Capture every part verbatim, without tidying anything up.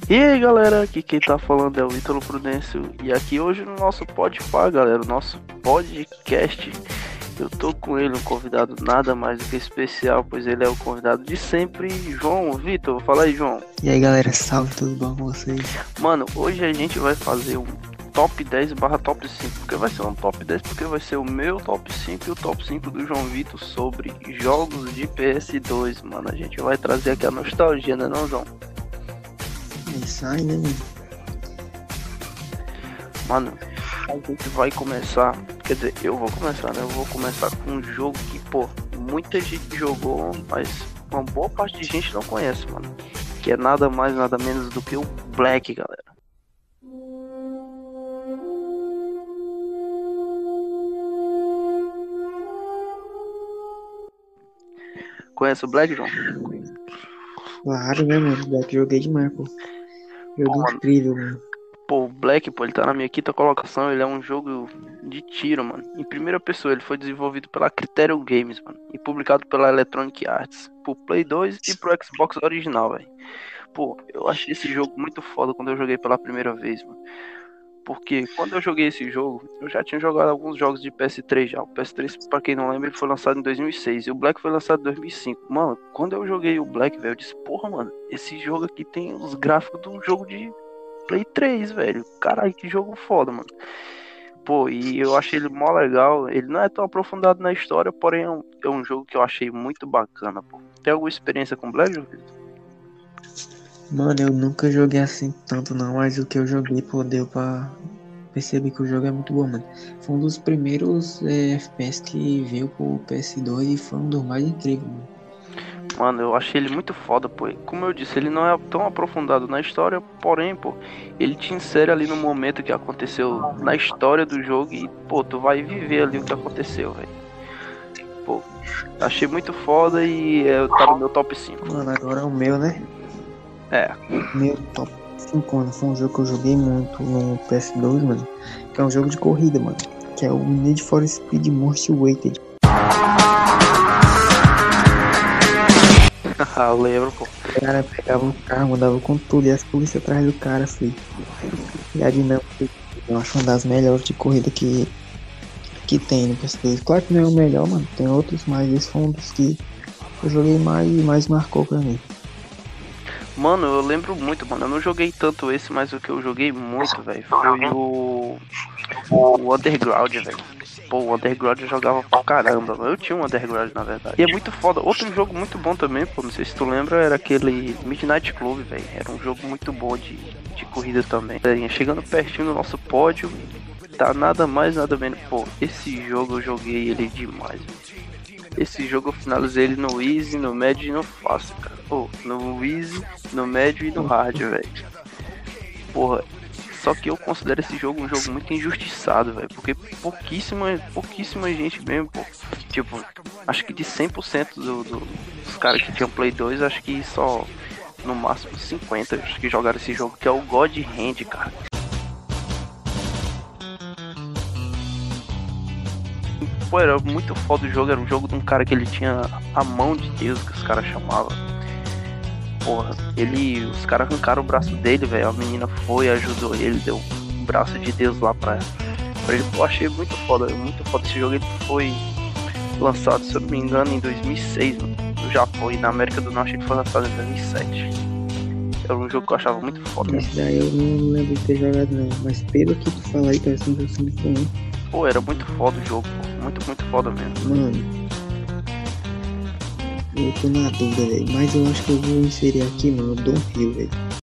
E aí galera, aqui quem tá falando é o Ítalo Prudêncio. E aqui hoje no nosso Podpah, galera, o nosso podcast. Eu tô com ele, um convidado nada mais do que especial, pois ele é o convidado de sempre, João Vitor. Fala aí, João. E aí galera, salve, tudo bom com vocês? Mano, hoje a gente vai fazer um top dez barra top cinco. Porque vai ser um top dez, porque vai ser o meu top cinco e o top cinco do João Vitor sobre jogos de P S dois, mano. A gente vai trazer aqui a nostalgia, né não, João? É isso aí, né, mano? Mano, a gente vai começar, quer dizer, eu vou começar, né? Eu vou começar com um jogo que, pô, muita gente jogou, mas uma boa parte de gente não conhece, mano. Que é nada mais, nada menos do que o Black, galera. Conhece o Black, João? Claro, né, mano? Black joguei demais, pô. Jogo Pô, mano. incrível, mano. Pô, o Black, pô, ele tá na minha quinta colocação. Ele é um jogo de tiro, mano. Em primeira pessoa, ele foi desenvolvido pela Criterion Games, mano. E publicado pela Electronic Arts. Pro Play dois e pro Xbox original, velho. Pô, eu achei esse jogo muito foda quando eu joguei pela primeira vez, mano. Porque quando eu joguei esse jogo, eu já tinha jogado alguns jogos de P S três já. O P S três, pra quem não lembra, ele foi lançado em dois mil e seis. E o Black foi lançado em dois mil e cinco. Mano, quando eu joguei o Black, velho, eu disse, porra, mano, esse jogo aqui tem os gráficos de um jogo de Play três, velho. Caralho, que jogo foda, mano. Pô, e eu achei ele mó legal. Ele não é tão aprofundado na história, porém é um, é um jogo que eu achei muito bacana, pô. Tem alguma experiência com Black, João? Mano, eu nunca joguei assim tanto não, mas o que eu joguei, pô, deu pra perceber que o jogo é muito bom, mano. Foi um dos primeiros é, F P S que veio pro P S dois e foi um dos mais incríveis, mano. Mano, eu achei ele muito foda, pô. Como eu disse, ele não é tão aprofundado na história, porém, pô, ele te insere ali no momento que aconteceu na história do jogo e, pô, tu vai viver ali o que aconteceu, velho. Pô, achei muito foda e é, tá no meu top cinco. Mano, agora é o meu, né? É. Meu top cinco, mano, foi um jogo que eu joguei muito no P S dois, mano. Que é um jogo de corrida, mano. Que é o Need for Speed Most Wanted. Eu lembro, pô. O cara pegava o carro, mandava com tudo e as polícias atrás do cara, filho. E a dinâmica, eu acho uma das melhores de corrida que, que tem no P S dois. Claro que não é o melhor, mano. Tem outros, mas esse foi um dos que eu joguei mais e mais marcou pra mim. Mano, eu lembro muito, mano. Eu não joguei tanto esse, mas o que eu joguei muito, velho, foi o. O Underground, velho. Pô, o Underground eu jogava pra caramba. Eu tinha um Underground, na verdade. E é muito foda. Outro jogo muito bom também, pô, não sei se tu lembra, era aquele Midnight Club, velho. Era um jogo muito bom de, de corrida também. Chegando pertinho do nosso pódio, tá nada mais, nada menos. Pô, esse jogo eu joguei ele demais, velho. Esse jogo eu finalizei ele no Easy, no Médio e no Fácil, cara. Pô, no Easy, no Médio e no Hard, velho. Porra, só que eu considero esse jogo um jogo muito injustiçado, velho. Porque pouquíssima, pouquíssima gente mesmo, pô. Tipo, acho que de cem por cento do, do, dos caras que tinham Play dois, acho que só no máximo cinquenta acho que jogaram esse jogo, que é o God Hand, cara. Pô, era muito foda o jogo, era um jogo de um cara que ele tinha a mão de Deus, que os caras chamavam. Porra, ele, os caras arrancaram o braço dele, velho, a menina foi, ajudou ele, deu um braço de Deus lá pra, pra ele. Pô, eu achei muito foda, muito foda esse jogo. Ele foi lançado, se eu não me engano, em dois mil e seis, mano, no Japão, e na América do Norte ele foi lançado em dois mil e sete. Era um jogo que eu achava muito foda. Esse daí eu não lembro de ter jogado não, mas pelo que tu fala aí, parece um jogo muito bom. Pô, era muito foda o jogo, pô. Muito, muito foda mesmo. Mano, eu tô na dúvida, velho, mas eu acho que eu vou inserir aqui, mano, o Don Hill, velho.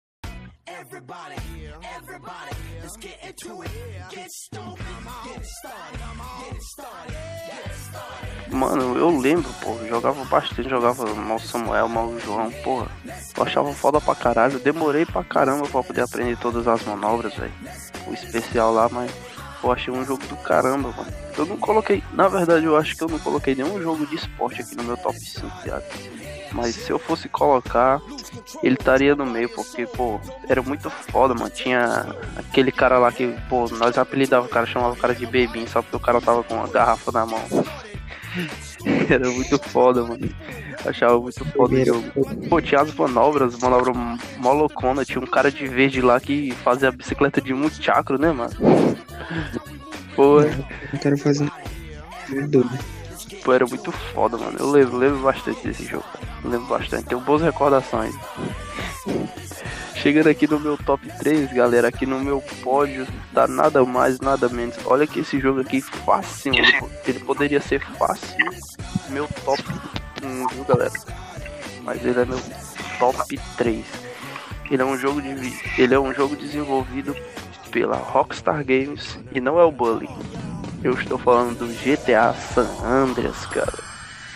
Mano, eu lembro, pô, jogava bastante, jogava mal Samuel, mal João, porra. Eu achava foda pra caralho, demorei pra caramba pra poder aprender todas as manobras, velho. O especial lá, mas eu achei um jogo do caramba, mano. Eu não coloquei, na verdade eu acho que eu não coloquei nenhum jogo de esporte aqui no meu top cinco, viado. Mas se eu fosse colocar, ele estaria no meio, porque, pô, era muito foda, mano. Tinha aquele cara lá que, pô, nós apelidava o cara, chamava o cara de Bebinho, só porque o cara tava com uma garrafa na mão. Era muito foda, mano. Achava muito foda o jogo. Pô, tinha as manobras, manobra molocona. Tinha um cara de verde lá que fazia a bicicleta de muito chacro, né, mano? Pô, Eu quero fazer um doido. pô, era muito foda, mano. Eu lembro, lembro bastante desse jogo. Eu lembro bastante. Tenho boas recordações. Chegando aqui no meu top três, galera, aqui no meu pódio, tá nada mais, nada menos. Olha que esse jogo aqui fácil, ele, ele poderia ser fácil. Meu top um, viu, galera? Mas ele é meu top três. Ele é um jogo de ele é um jogo desenvolvido pela Rockstar Games e não é o Bully. Eu estou falando do G T A San Andreas, cara.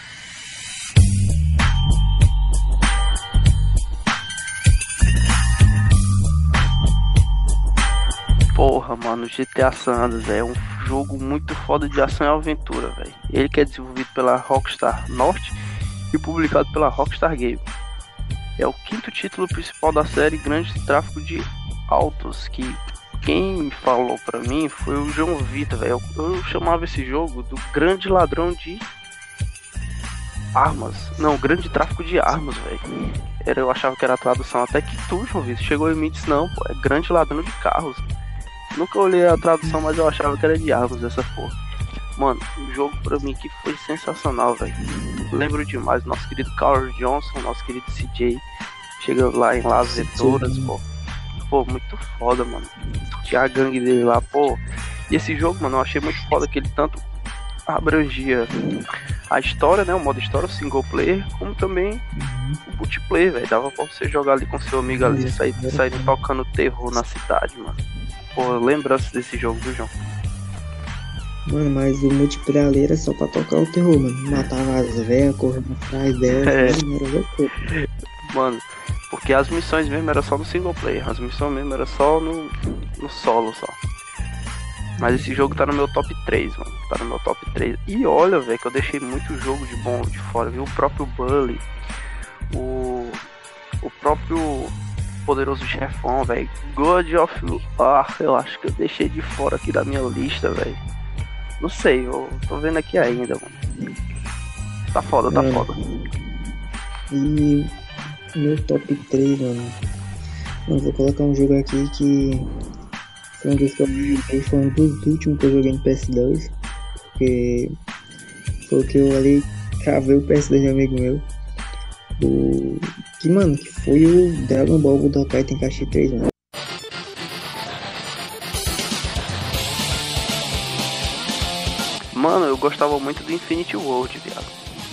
Porra, mano, G T A San Andreas é um jogo muito foda de ação e aventura, velho. Ele que é desenvolvido pela Rockstar Norte e publicado pela Rockstar Games. É o quinto título principal da série Grande Tráfico de Autos, que quem falou pra mim foi o João Vitor, velho. Eu, eu chamava esse jogo do Grande Ladrão de Armas. Não, Grande Tráfico de Armas, velho. Era, eu achava que era a tradução, até que tu, João Vitor, chegou em mim e disse, não, pô, é Grande Ladrão de Carros. Nunca olhei a tradução, mas eu achava que era de Armas essa porra. Mano, o jogo pra mim que foi sensacional, velho. Lembro demais, nosso querido Carl Johnson, nosso querido C J, chegando lá em Las Venturas, pô. Pô, muito foda, mano. Tinha a gangue dele lá, pô. E esse jogo, mano, eu achei muito foda que ele tanto abrangia a história, né, o modo história, o single player, como também o multiplayer, velho. Dava pra você jogar ali com seu amigo ali, sair, sair tocando terror na cidade, mano. Pô, lembrança desse jogo, viu, João? Mano, mas o multiplayer ali era só pra tocar o terror, mano. Matava as velhas, correndo atrás delas, É. mano, era loucura. Mano, porque as missões mesmo era só no single player, as missões mesmo era só no, no solo só. Mas esse jogo tá no meu top três, mano. Tá no meu top três. E olha, velho, que eu deixei muito jogo de bom de fora, viu? O próprio Bully, o, o próprio Poderoso Chefão, velho. God of War, eu acho que eu deixei de fora aqui da minha lista, velho. Não sei, eu tô vendo aqui ainda, mano. Tá foda, tá Mano, foda. E meu top três, mano. Mano, vou colocar um jogo aqui que foi um dos que eu joguei, foi um dos últimos que eu joguei no P S dois. Porque foi o que eu ali cravei o P S dois de um amigo meu. Do... Que, mano, que foi o Dragon Ball Budokai Tenkaichi três, mano. Mano, eu gostava muito do Infinity World, viado.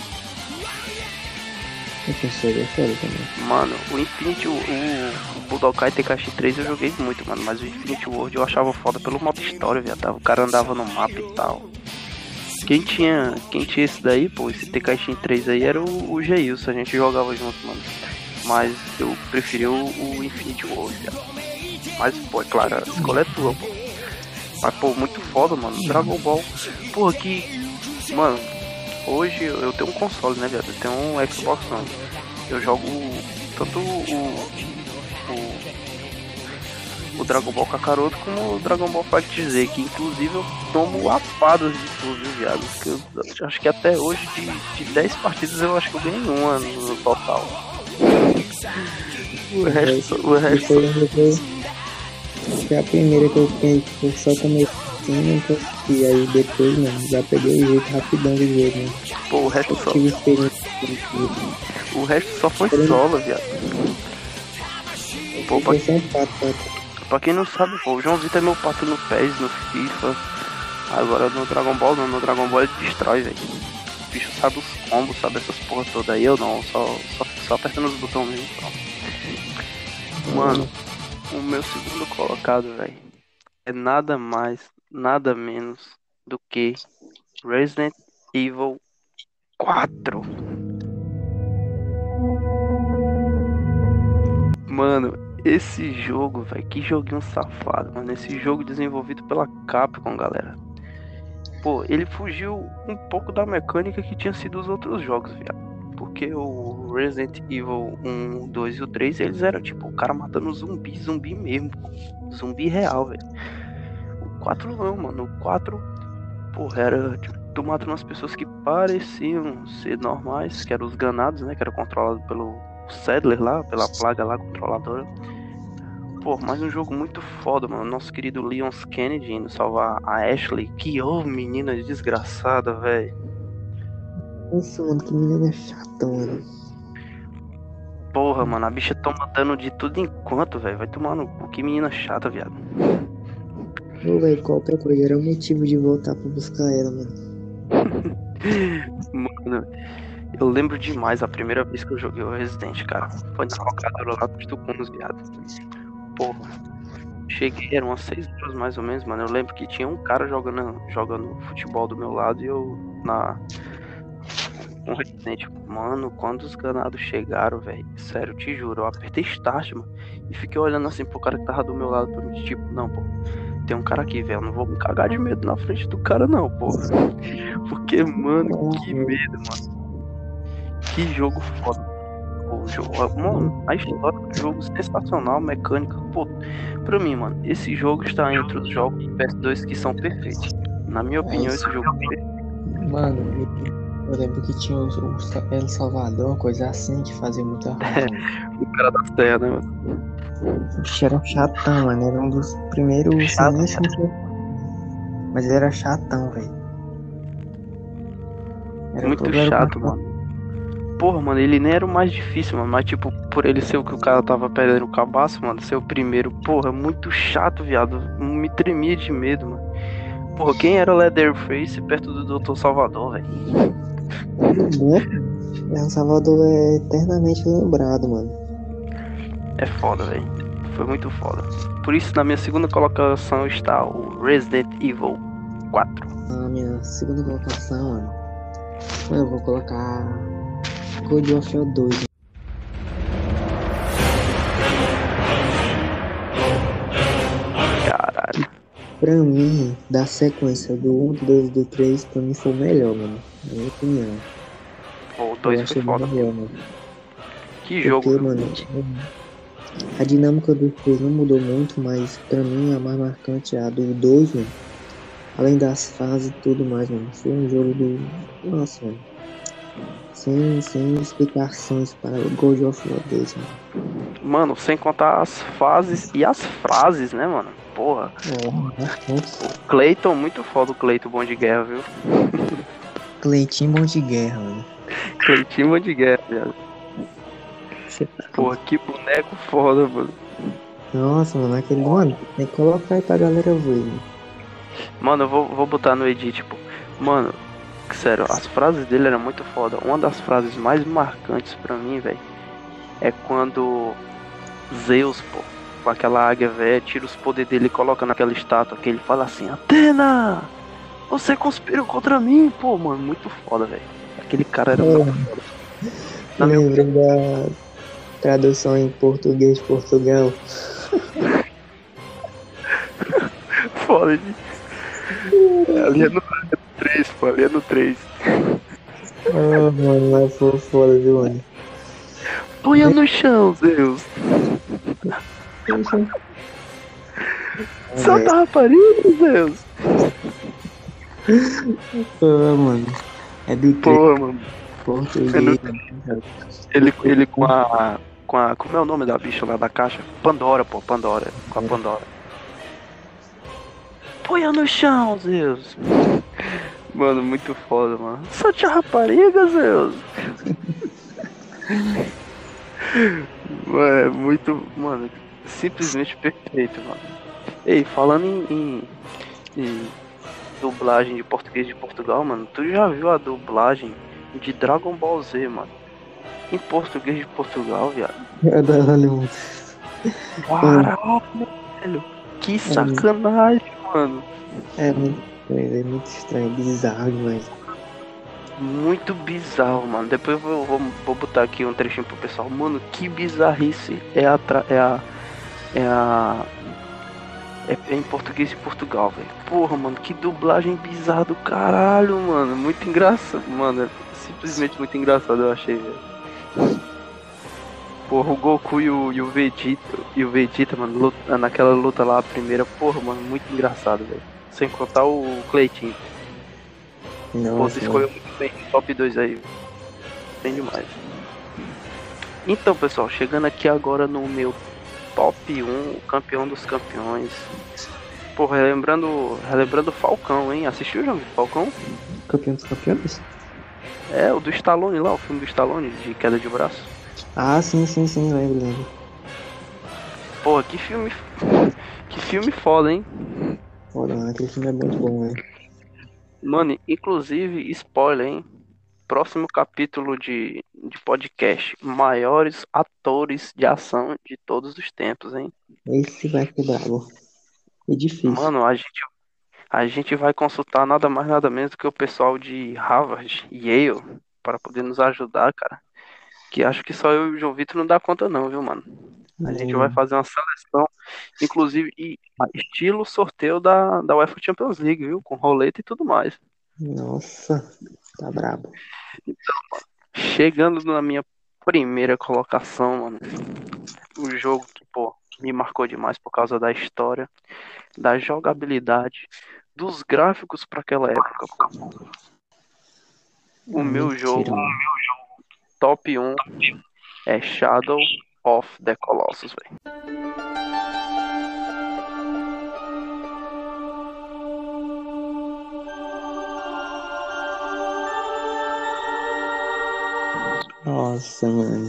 Eu pensei, é foda também. Mano, o Infinity, o, o Budokai Tenkaichi três eu joguei muito, mano. Mas o Infinity World eu achava foda pelo modo história, viado. O cara andava no mapa e tal. Quem tinha, quem tinha esse daí, pô, esse Tenkaichi três aí era o, o Geilson, a gente jogava junto, mano. Mas eu preferi o, o Infinity World, viado. Mas, pô, é claro, a escolha é tua, pô. Mas, pô, muito foda, mano. Dragon Ball. Pô, que. Mano, hoje eu tenho um console, né, viado? Eu tenho um Xbox One. Eu jogo tanto o. O, o Dragon Ball Kakaroto como o Dragon Ball Fight Z, que inclusive eu tomo lapadas de tudo, viu, viado? Porque eu acho que até hoje, de, de dez partidas, eu acho que eu ganhei uma no total. O resto. O resto. Foi a primeira que eu peguei, tipo, só comecei assim, não consegui. Aí depois, mano, já peguei o jeito rapidão do jogo, mano. Pô, o resto Eu só. tive experiência. O resto só foi solo, viado. Pô, pra, Eu sou um pato, pato. pra quem não sabe, pô, o João Vitor é meu pato no P E S, no FIFA. Agora no Dragon Ball, não, no Dragon Ball ele destrói, velho. O bicho sabe os combos, sabe essas porra toda aí. Eu não, só, só, só apertando os botões mesmo. Só. Mano, o meu segundo colocado, velho, é nada mais, nada menos do que Resident Evil quatro. Mano, esse jogo, velho, que joguinho safado, mano. Esse jogo desenvolvido pela Capcom, galera. Pô, ele fugiu um pouco da mecânica que tinha sido os outros jogos, viado. Porque o Resident Evil um, dois e o três, eles eram tipo o cara matando zumbi, zumbi mesmo, pô. Zumbi real, velho. O quatro não, mano. O quatro, porra, era tu mata umas pessoas que pareciam ser normais, que eram os ganados, né? Que era controlado pelo Sadler lá, pela plaga lá, controladora. Pô, mais um jogo muito foda, mano. Nosso querido Leon Kennedy indo salvar a Ashley. Que ô oh, menina desgraçada, velho. Nossa, mano, que menina chata, mano. Porra, mano, a bicha toma dano de tudo enquanto, velho. Vai tomar no cu. Que menina chata, viado. Ô, velho, qualquer coisa era um motivo de voltar pra buscar ela, mano. Mano, eu lembro demais a primeira vez que eu joguei o Resident, cara. Foi na locadora lá dos Tucunos, viado. Porra, cheguei, eram umas seis horas mais ou menos, mano. Eu lembro que tinha um cara jogando, jogando futebol do meu lado e eu na. Um Resident. Mano, quando os ganados chegaram, velho, sério, te juro, eu apertei start, mano, e fiquei olhando assim pro cara que tava do meu lado, pra mim, tipo, não, pô, tem um cara aqui, velho, eu não vou me cagar de medo na frente do cara, não, pô. Porque, mano, que medo, mano. Que jogo foda. O jogo, mano, a história do jogo sensacional, mecânica, pô, pra mim, mano, esse jogo está entre os jogos do P S dois que são perfeitos. Na minha opinião, esse jogo é perfeito. Mano, eu lembro que tinha o, o El Salvador, uma coisa assim, que fazia muita raiva. O cara da terra, né, mano? O bicho era chatão, mano. Era um dos primeiros. Chato, Assim, mas ele era chatão, velho. Muito chato, mano. Porra, mano, ele nem era o mais difícil, mano. Mas, tipo, por ele ser o que o cara tava perdendo o cabaço, mano, ser o primeiro. Porra, muito chato, viado. Me tremia de medo, mano. Porra, quem era o Leatherface perto do doutor Salvador, velho? El Salvador é eternamente lembrado, mano. É foda, velho. Foi muito foda. Por isso, na minha segunda colocação está o Resident Evil quatro. Na minha segunda colocação, mano, eu vou colocar God of War dois. Caralho. Pra mim, da sequência do um, do dois e do três, pra mim foi o melhor, mano. Na minha opinião. Pô, o dois foi foda. Melhor, mano. Que jogo, porque, mano, a dinâmica do três não mudou muito, mas pra mim a mais marcante é a do dois, mano. Além das fases e tudo mais, mano. Foi um jogo do. Nossa, mano. Sem, sem explicações para o God of War dois, mano. Mano, sem contar as fases e as frases, né, mano? Porra. É, o Clayton, muito foda o Clayton Bom de Guerra, viu? Cleitinho Bom de Guerra, mano. Cleitinho Bom de Guerra, viado. Porra, que boneco foda, mano. Nossa, mano, aquele. Mano, tem que colocar aí pra galera ver, mano. Mano, eu vou, vou botar no edit, tipo. Mano, sério, as frases dele eram muito foda. Uma das frases mais marcantes pra mim, velho, é quando Zeus, pô, com aquela águia velha, tira os poderes dele e coloca naquela estátua, que ele fala assim: Atena, você conspirou contra mim, pô, mano, muito foda, velho. Aquele cara era muito foda. Eu lembrei da tradução em português de Portugal. Foda, gente. Ali é no três, pô, ali é no três. Ah, mano, mas foi foda, viu, mano? Ponha no chão, Zeus. Solta a rapariga, Zeus. Ah, mano. É do Pô, mano. Português. É no... Ele, ele com a. Com a. Como é o nome da bicha lá da caixa? Pandora, pô, Pandora. Com a Pandora. Ponha no chão, Zeus. Mano, muito foda, mano. Solte a rapariga, Zeus. Mano, é muito. Mano, simplesmente perfeito, mano. Ei, falando em, em, em dublagem de português de Portugal, mano, tu já viu a dublagem de Dragon Ball Z, mano? Em português de Portugal, viado. Caralho, Caralho, velho. Que sacanagem, mano. É muito estranho, é muito estranho, bizarro demais. Muito bizarro, mano. Depois eu vou, vou, vou botar aqui um trechinho pro pessoal. Mano, que bizarrice é a. Tra... É a. É a. É, é em português de Portugal, velho. Porra, mano, que dublagem bizarra do caralho, mano. Muito engraçado, mano. É simplesmente muito engraçado, eu achei, velho. Porra, o Goku e o, e o Vegeta, e o Vegeta, mano, luta, naquela luta lá, a primeira, porra, mano, muito engraçado, velho. Sem contar o Cleitinho. Pô, tu Nossa, escolheu mano. muito bem top dois aí. Bem demais. Então, pessoal, chegando aqui agora no meu top um, o campeão dos campeões. Pô, relembrando, relembrando Falcão, hein? Assistiu já, Falcão? Campeão dos campeões? É, o do Stallone lá, o filme do Stallone, de queda de braço. Ah, sim, sim, sim, lembro, lembro. Pô, que filme. Que filme foda, hein? Foda, mano, aquele filme é muito bom, velho. Mano, inclusive, spoiler, hein? Próximo capítulo de, de podcast. Maiores atores de ação de todos os tempos, hein? Esse vai ser brabo. E difícil. Mano, a gente, a gente vai consultar nada mais nada menos do que o pessoal de Harvard e Yale para poder nos ajudar, cara. Que acho que só eu e o João Vitor não dá conta não, viu, mano? A gente Não, vai mano. fazer uma seleção, inclusive, e estilo sorteio da, da UEFA Champions League, viu? Com roleta e tudo mais. Nossa, tá brabo. Chegando na minha primeira colocação, mano, o jogo que, pô, me marcou demais por causa da história, da jogabilidade, dos gráficos para aquela época, pô. O Ah, meu mentira, jogo mano. top um é Shadow of the Colossus, velho. Nossa, mano.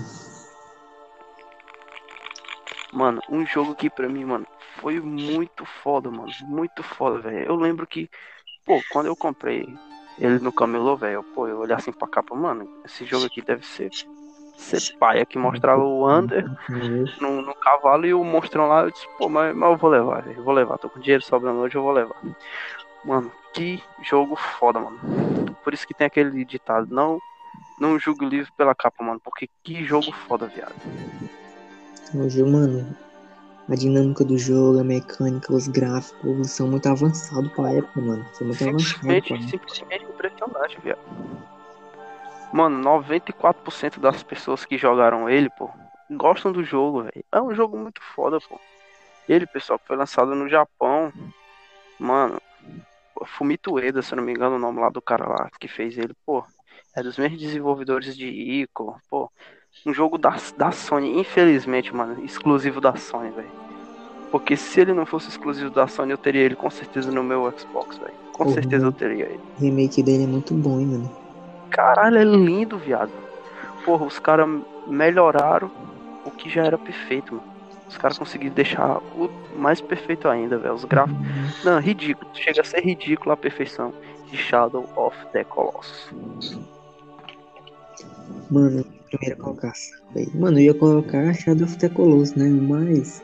Mano, um jogo que pra mim, mano, foi muito foda, mano. Muito foda, velho. Eu lembro que, pô, quando eu comprei ele no camelô, velho, pô, eu olhei assim pra capa, mano, esse jogo aqui deve ser, ser paia, que mostrava o Under no, no cavalo e o monstrão lá. Eu disse, pô, mas, mas eu vou levar, velho. Eu vou levar, tô com dinheiro sobrando hoje, eu vou levar. Mano, que jogo foda, mano. Por isso que tem aquele ditado, não, não julgue o livro pela capa, mano, porque que jogo foda, viado. Hoje, mano, a dinâmica do jogo, a mecânica, os gráficos são muito avançados pra época, mano. São muito avançados pra Simplesmente, época. simplesmente impressionante, viado. Mano, noventa e quatro por cento das pessoas que jogaram ele, pô, gostam do jogo, velho. É um jogo muito foda, pô. Ele, pessoal, foi lançado no Japão. Mano, Fumito Ueda, se eu não me engano, o nome lá do cara lá que fez ele, pô. É dos mesmos desenvolvedores de Ico, pô. Um jogo da, da Sony, infelizmente, mano, exclusivo da Sony, velho. Porque se ele não fosse exclusivo da Sony, eu teria ele com certeza no meu Xbox, velho. Com O certeza eu teria ele. remake dele é muito bom, hein, mano. Caralho, é lindo, viado. Porra, os caras melhoraram o que já era perfeito, mano. Os caras conseguiram deixar o mais perfeito ainda, velho. Os gráficos. Não, ridículo. Chega a ser ridículo a perfeição de Shadow of the Colossus. Mano, primeira colocação, velho. Mano, eu ia colocar Shadow of the Colossus, né? Mas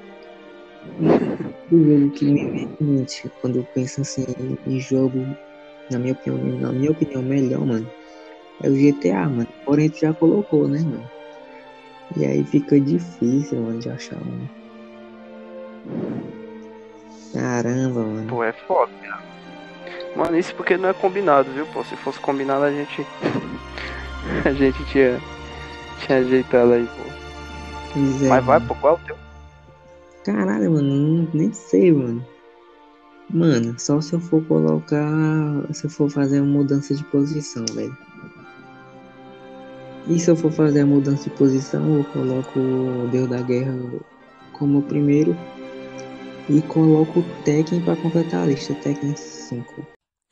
o jogo que me vem à mente quando eu penso assim em jogo, na minha opinião, na minha opinião, melhor, mano, é o G T A, mano. Porém, tu já colocou, né, mano? E aí fica difícil, mano, de achar um. Caramba, mano. Pô, é foda, cara. Mano, isso porque não é combinado, viu, pô? Se fosse combinado, a gente. A gente tinha. Tinha ajeitado aí, pô. Pois é, Mas vai, mano. pô, qual é o teu? Caralho, mano, não- nem sei, mano. Mano, só se eu for colocar. Se eu for fazer uma mudança de posição, velho. E se eu for fazer a mudança de posição, eu coloco o Deus da Guerra como o primeiro e coloco o Tekken pra completar a lista, Tekken cinco.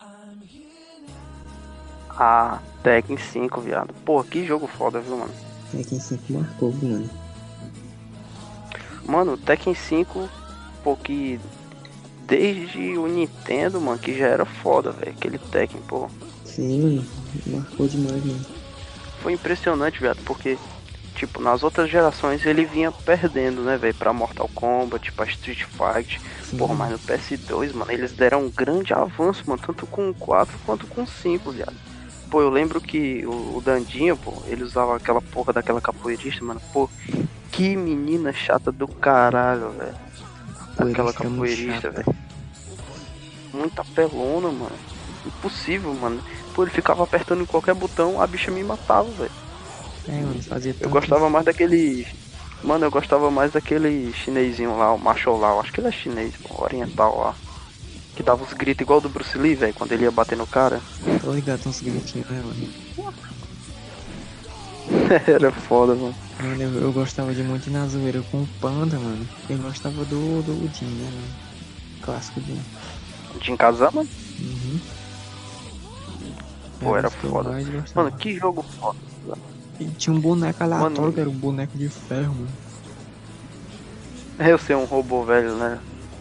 Ah, Tekken cinco, viado. Pô, que jogo foda, viu, mano? Tekken cinco marcou, viu, mano. Mano, Tekken cinco, pô, que desde o Nintendo, mano, que já era foda, velho. Aquele Tekken, pô. Sim, mano, marcou demais, mano. Foi impressionante, viado, porque, tipo, nas outras gerações ele vinha perdendo, né, velho, pra Mortal Kombat, pra Street Fighter. Sim, Porra, mas mano. no P S dois, mano, eles deram um grande avanço, mano, tanto com o quatro quanto com o cinco, viado. Pô, eu lembro que o, o Dandinho, pô, ele usava aquela porra daquela capoeirista, mano. Pô, que menina chata do caralho, velho. Aquela Capoeirista era muito capoeirista, chato. velho. Muita pelona, mano. Impossível, mano. Pô, ele ficava apertando em qualquer botão, a bicha me matava, velho. É, mano, fazia Eu tanto. gostava mais daquele. Mano, eu gostava mais daquele chinesinho lá, o Marshall lá. Eu acho que ele é chinês, pô, oriental lá. Que dava uns gritos igual do Bruce Lee, velho, quando ele ia bater no cara. Tô ligado, tem uns gritinhos, né, mano? Era foda, mano. Mano, eu, eu gostava de muito ir na zoeira com o Panda, mano. Eu gostava do, do Jin, né, mano? Clássico Jin. Jin Kazama? Uhum. Pô, era os que eu foda. mais gostava. Mano, que jogo foda. E tinha um boneco aleatório, Mano, que era um boneco de ferro, mano. eu sei um robô velho, né?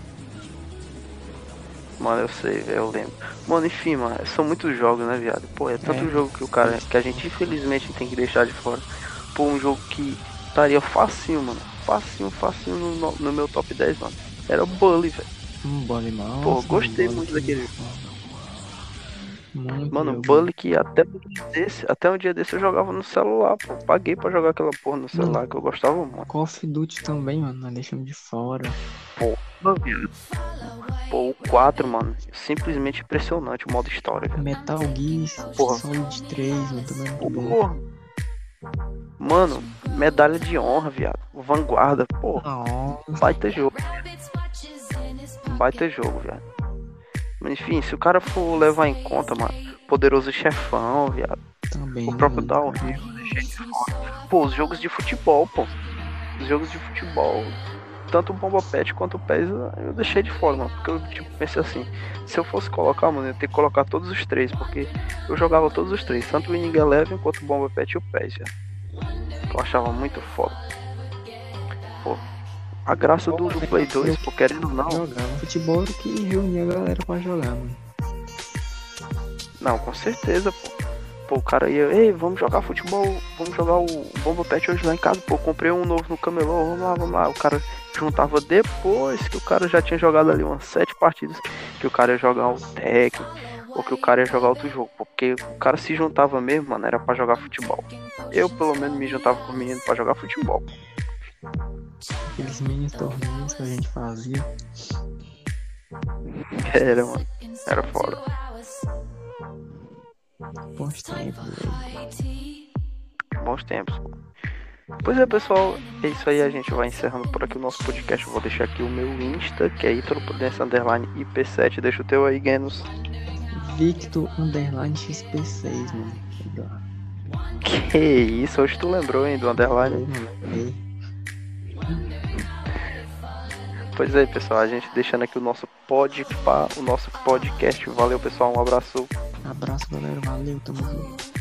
Mano, eu sei, eu lembro. Mano, enfim, mano, são muitos jogos, né, viado? Pô, é tanto É. jogo que o cara, que a gente infelizmente tem que deixar de fora. Pô, um jogo que estaria facinho, mano. Facinho, facinho no, no meu top dez, mano. Era o Bully, velho. Um Bully mal. Pô, gostei muito daquele jogo. Muito Mano, jogo. Bully que até um dia desse, até um dia desse eu jogava no celular, pô. Paguei pra jogar aquela porra no celular, Mano, que eu gostava muito. Call of Duty também, mano, nós deixamos de fora. Pô, pô, o quatro, mano, simplesmente impressionante o modo história, velho. Metal Gear Porra. Solid três, mano, também é muito bom. Porra. Mano, medalha de honra, viado. Vanguarda, porra. Nossa, Baita jogo. Baita jogo, viado. Mas enfim, se o cara for levar em conta, mano, Poderoso Chefão, viado. também. O próprio mano. Downhill, deixei de fora. Pô, os jogos de futebol, pô. Os jogos de futebol. Tanto o Bomba Pet quanto o P E S eu deixei de fora, mano. Porque eu tipo, pensei assim, se eu fosse colocar, mano, eu ia ter que colocar todos os três. Porque eu jogava todos os três, tanto o Winning Eleven quanto o Bomba Pet e o P E S, viado. Eu achava muito foda. Pô, a graça do, do Play dois, pô, querendo ou não. Jogava. Futebol era o que reunia a galera pra jogar, mano. Não, com certeza, pô. Pô, o cara ia, ei, vamos jogar futebol, vamos jogar o Bomba Pet hoje lá em casa, pô, comprei um novo no camelô, vamos lá, vamos lá. O cara juntava depois que o cara já tinha jogado ali umas sete partidas, que o cara ia jogar o Tekken, ou que o cara ia jogar outro jogo, pô, porque o cara se juntava mesmo, mano, era pra jogar futebol. Eu, pelo menos, me juntava com o menino pra jogar futebol. Aqueles mini torneios que a gente fazia. Era, mano, era foda. Bons tempos, velho. Bons tempos, pô. Pois é, pessoal, é isso aí, a gente vai encerrando por aqui o nosso podcast. Eu vou deixar aqui o meu Insta, que é Ítalo Prudence Underline I P sete. Deixa o teu aí, Genos. Victor Underline X P seis, mano. Que isso, hoje tu lembrou, hein, do Underline. Ei, Pois é, pessoal, a gente deixando aqui o nosso podpá, o nosso podcast. Valeu, pessoal, um abraço. abraço, galera. Valeu, tamo junto.